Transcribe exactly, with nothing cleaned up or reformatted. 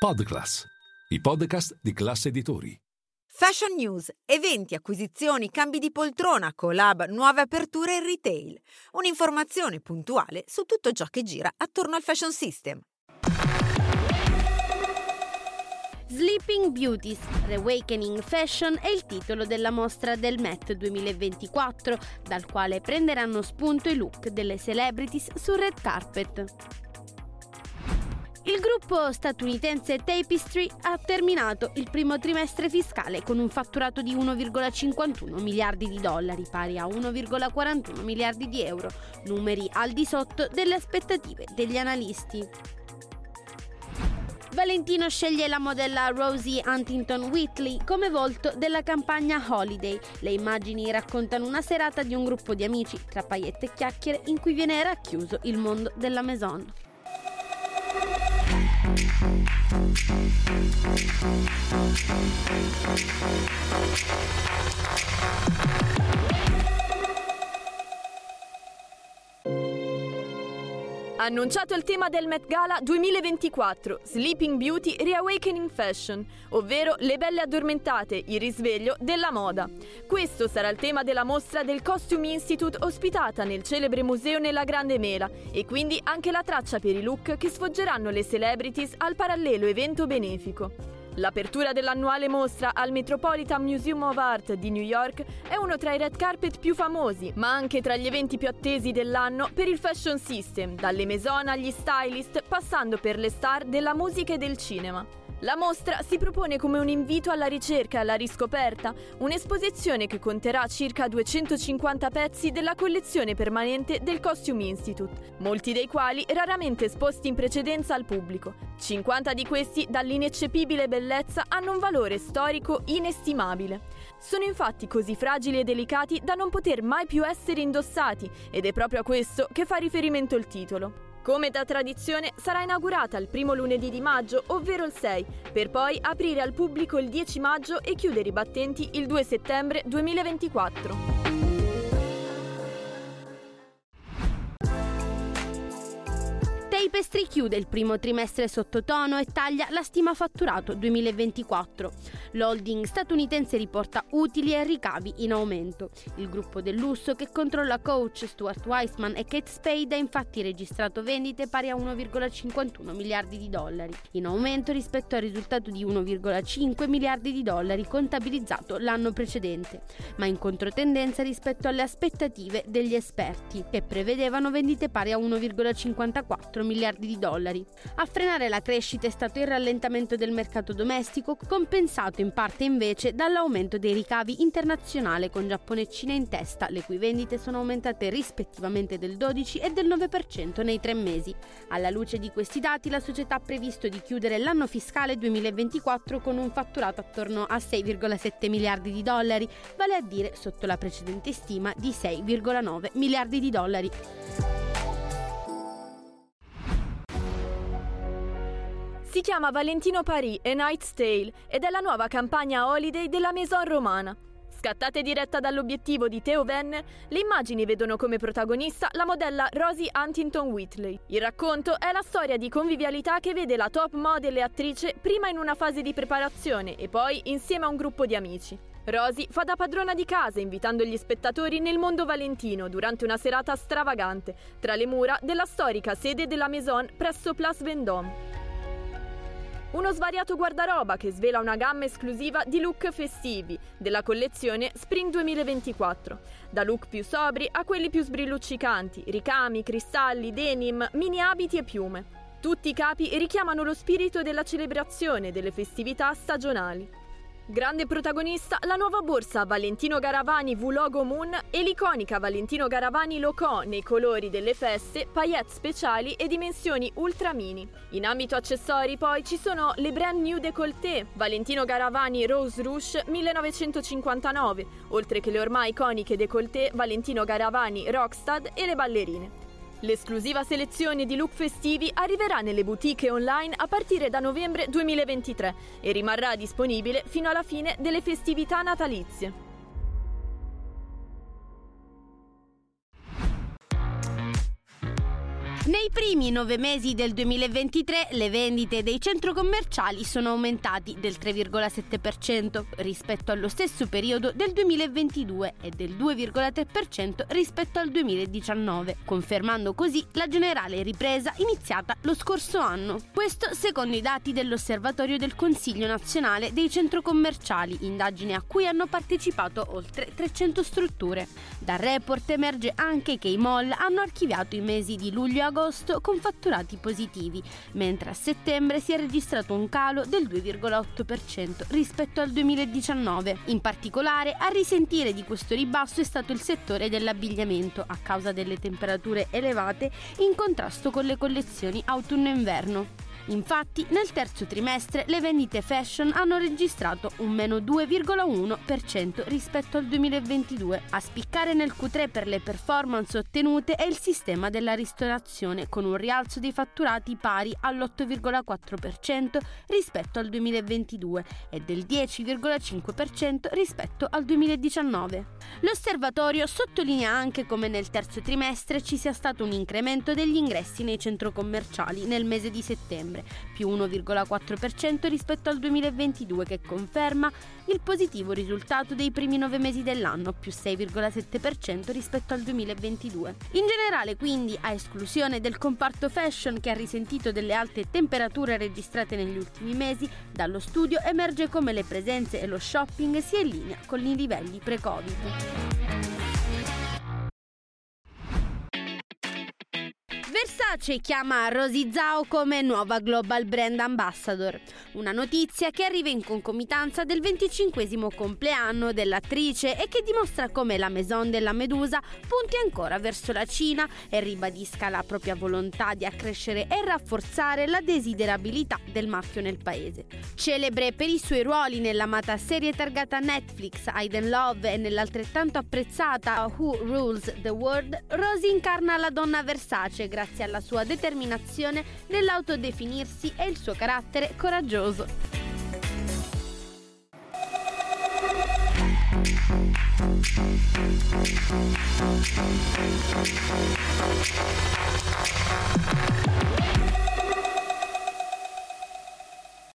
Podclass, i podcast di Class Editori. Fashion News, eventi, acquisizioni, cambi di poltrona, collab, nuove aperture in retail. Un'informazione puntuale su tutto ciò che gira attorno al fashion system. Sleeping Beauties, Reawakening Fashion è il titolo della mostra del Met duemilaventiquattro, dal quale prenderanno spunto i look delle celebrities sul red carpet. Il gruppo statunitense Tapestry ha terminato il primo trimestre fiscale con un fatturato di uno virgola cinquantuno miliardi di dollari, pari a uno virgola quarantuno miliardi di euro, numeri al di sotto delle aspettative degli analisti. Valentino sceglie la modella Rosie Huntington-Whiteley come volto della campagna Holiday. Le immagini raccontano una serata di un gruppo di amici, tra paillette e chiacchiere, in cui viene racchiuso il mondo della Maison. Annunciato il tema del Met Gala duemilaventiquattro, Sleeping Beauty Reawakening Fashion, ovvero le belle addormentate, il risveglio della moda. Questo sarà il tema della mostra del Costume Institute ospitata nel celebre museo nella Grande Mela e quindi anche la traccia per i look che sfoggeranno le celebrities al parallelo evento benefico. L'apertura dell'annuale mostra al Metropolitan Museum of Art di New York è uno tra i red carpet più famosi, ma anche tra gli eventi più attesi dell'anno per il fashion system, dalle maison agli stylist, passando per le star della musica e del cinema. La mostra si propone come un invito alla ricerca e alla riscoperta, un'esposizione che conterà circa duecentocinquanta pezzi della collezione permanente del Costume Institute, molti dei quali raramente esposti in precedenza al pubblico. cinquanta di questi, dall'ineccepibile bellezza, hanno un valore storico inestimabile. Sono infatti così fragili e delicati da non poter mai più essere indossati, ed è proprio a questo che fa riferimento il titolo. Come da tradizione sarà inaugurata il primo lunedì di maggio, ovvero il sei, per poi aprire al pubblico il dieci maggio e chiudere i battenti il due settembre duemilaventiquattro. Tapestry chiude il primo trimestre sottotono e taglia la stima fatturato duemilaventiquattro. L'holding statunitense riporta utili e ricavi in aumento. Il gruppo del lusso, che controlla Coach, Stuart Weitzman e Kate Spade, ha infatti registrato vendite pari a uno virgola cinquantuno miliardi di dollari, in aumento rispetto al risultato di uno virgola cinque miliardi di dollari contabilizzato l'anno precedente, ma in controtendenza rispetto alle aspettative degli esperti, che prevedevano vendite pari a uno virgola cinquantaquattro miliardi di dollari. A frenare la crescita è stato il rallentamento del mercato domestico, compensato in parte invece dall'aumento dei ricavi internazionali, con Giappone e Cina in testa, le cui vendite sono aumentate rispettivamente del dodici e del nove per cento nei tre mesi. Alla luce di questi dati, la società ha previsto di chiudere l'anno fiscale duemilaventiquattro con un fatturato attorno a sei virgola sette miliardi di dollari, vale a dire sotto la precedente stima di sei virgola nove miliardi di dollari. Si chiama Valentino Paris A Knight's Tale ed è la nuova campagna holiday della Maison romana. Scattata e diretta dall'obiettivo di Theo Venner, le immagini vedono come protagonista la modella Rosie Huntington-Whiteley. Il racconto è la storia di convivialità che vede la top model e attrice prima in una fase di preparazione e poi insieme a un gruppo di amici. Rosie fa da padrona di casa, invitando gli spettatori nel mondo valentino durante una serata stravagante tra le mura della storica sede della Maison presso Place Vendôme. Uno svariato guardaroba che svela una gamma esclusiva di look festivi della collezione Spring duemilaventiquattro, da look più sobri a quelli più sbrilluccicanti, ricami, cristalli, denim, mini abiti e piume. Tutti i capi richiamano lo spirito della celebrazione delle festività stagionali. Grande protagonista la nuova borsa Valentino Garavani V Logo Moon e l'iconica Valentino Garavani Loco nei colori delle feste, paillette speciali e dimensioni ultra mini. In ambito accessori poi ci sono le brand new décolleté Valentino Garavani Rose Rouge millenovecentocinquantanove, oltre che le ormai iconiche décolleté Valentino Garavani Rockstad e le ballerine. L'esclusiva selezione di look festivi arriverà nelle boutique online a partire da novembre duemilaventitré e rimarrà disponibile fino alla fine delle festività natalizie. Nei primi nove mesi del duemilaventitré le vendite dei centri commerciali sono aumentati del tre virgola sette per cento rispetto allo stesso periodo del duemilaventidue e del due virgola tre per cento rispetto al duemiladiciannove, confermando così la generale ripresa iniziata lo scorso anno. Questo secondo i dati dell'Osservatorio del Consiglio Nazionale dei Centri Commerciali, indagine a cui hanno partecipato oltre trecento strutture. Dal report emerge anche che i mall hanno archiviato i mesi di luglio e agosto con fatturati positivi, mentre a settembre si è registrato un calo del due virgola otto per cento rispetto al duemiladiciannove. In particolare, a risentire di questo ribasso è stato il settore dell'abbigliamento, a causa delle temperature elevate in contrasto con le collezioni autunno-inverno. Infatti, nel terzo trimestre le vendite fashion hanno registrato un meno due virgola uno per cento rispetto al duemilaventidue. A spiccare nel Q tre per le performance ottenute è il sistema della ristorazione, con un rialzo dei fatturati pari all'otto virgola quattro per cento rispetto al duemilaventidue e del dieci virgola cinque per cento rispetto al duemiladiciannove. L'osservatorio sottolinea anche come nel terzo trimestre ci sia stato un incremento degli ingressi nei centri commerciali nel mese di settembre, più uno virgola quattro per cento rispetto al duemilaventidue, che conferma il positivo risultato dei primi nove mesi dell'anno, più sei virgola sette per cento rispetto al duemilaventidue. In generale, quindi, a esclusione del comparto fashion, che ha risentito delle alte temperature registrate negli ultimi mesi, dallo studio emerge come le presenze e lo shopping sia in linea con i livelli pre-Covid. Versace chiama Rosy Zhao come nuova Global Brand Ambassador, una notizia che arriva in concomitanza del venticinquesimo compleanno dell'attrice e che dimostra come la Maison della Medusa punti ancora verso la Cina e ribadisca la propria volontà di accrescere e rafforzare la desiderabilità del marchio nel paese. Celebre per i suoi ruoli nell'amata serie targata Netflix Hidden Love e nell'altrettanto apprezzata Who Rules the World, Rosy incarna la donna Versace grazie alla sua determinazione nell'autodefinirsi e il suo carattere coraggioso.